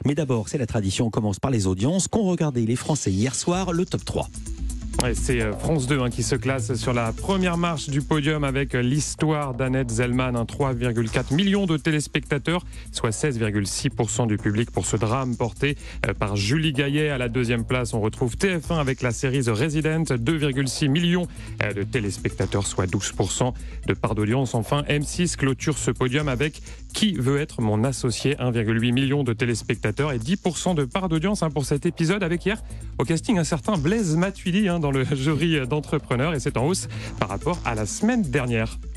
Mais d'abord, c'est la tradition, on commence par les audiences qu'ont regardé les Français hier soir, le top 3. Ouais, c'est France 2 qui se classe sur la première marche du podium avec l'histoire d'Annette Zellman, 3,4 millions de téléspectateurs, soit 16,6% du public pour ce drame porté par Julie Gaillet. À la deuxième place, on retrouve TF1 avec la série The Resident, 2,6 millions de téléspectateurs, soit 12% de part d'audience. Enfin, M6 clôture ce podium avec Qui veut être mon associé, 1,8 million de téléspectateurs et 10% de part d'audience pour cet épisode, avec hier au casting un certain Blaise Matuidi dans le jury d'entrepreneurs, et c'est en hausse par rapport à la semaine dernière.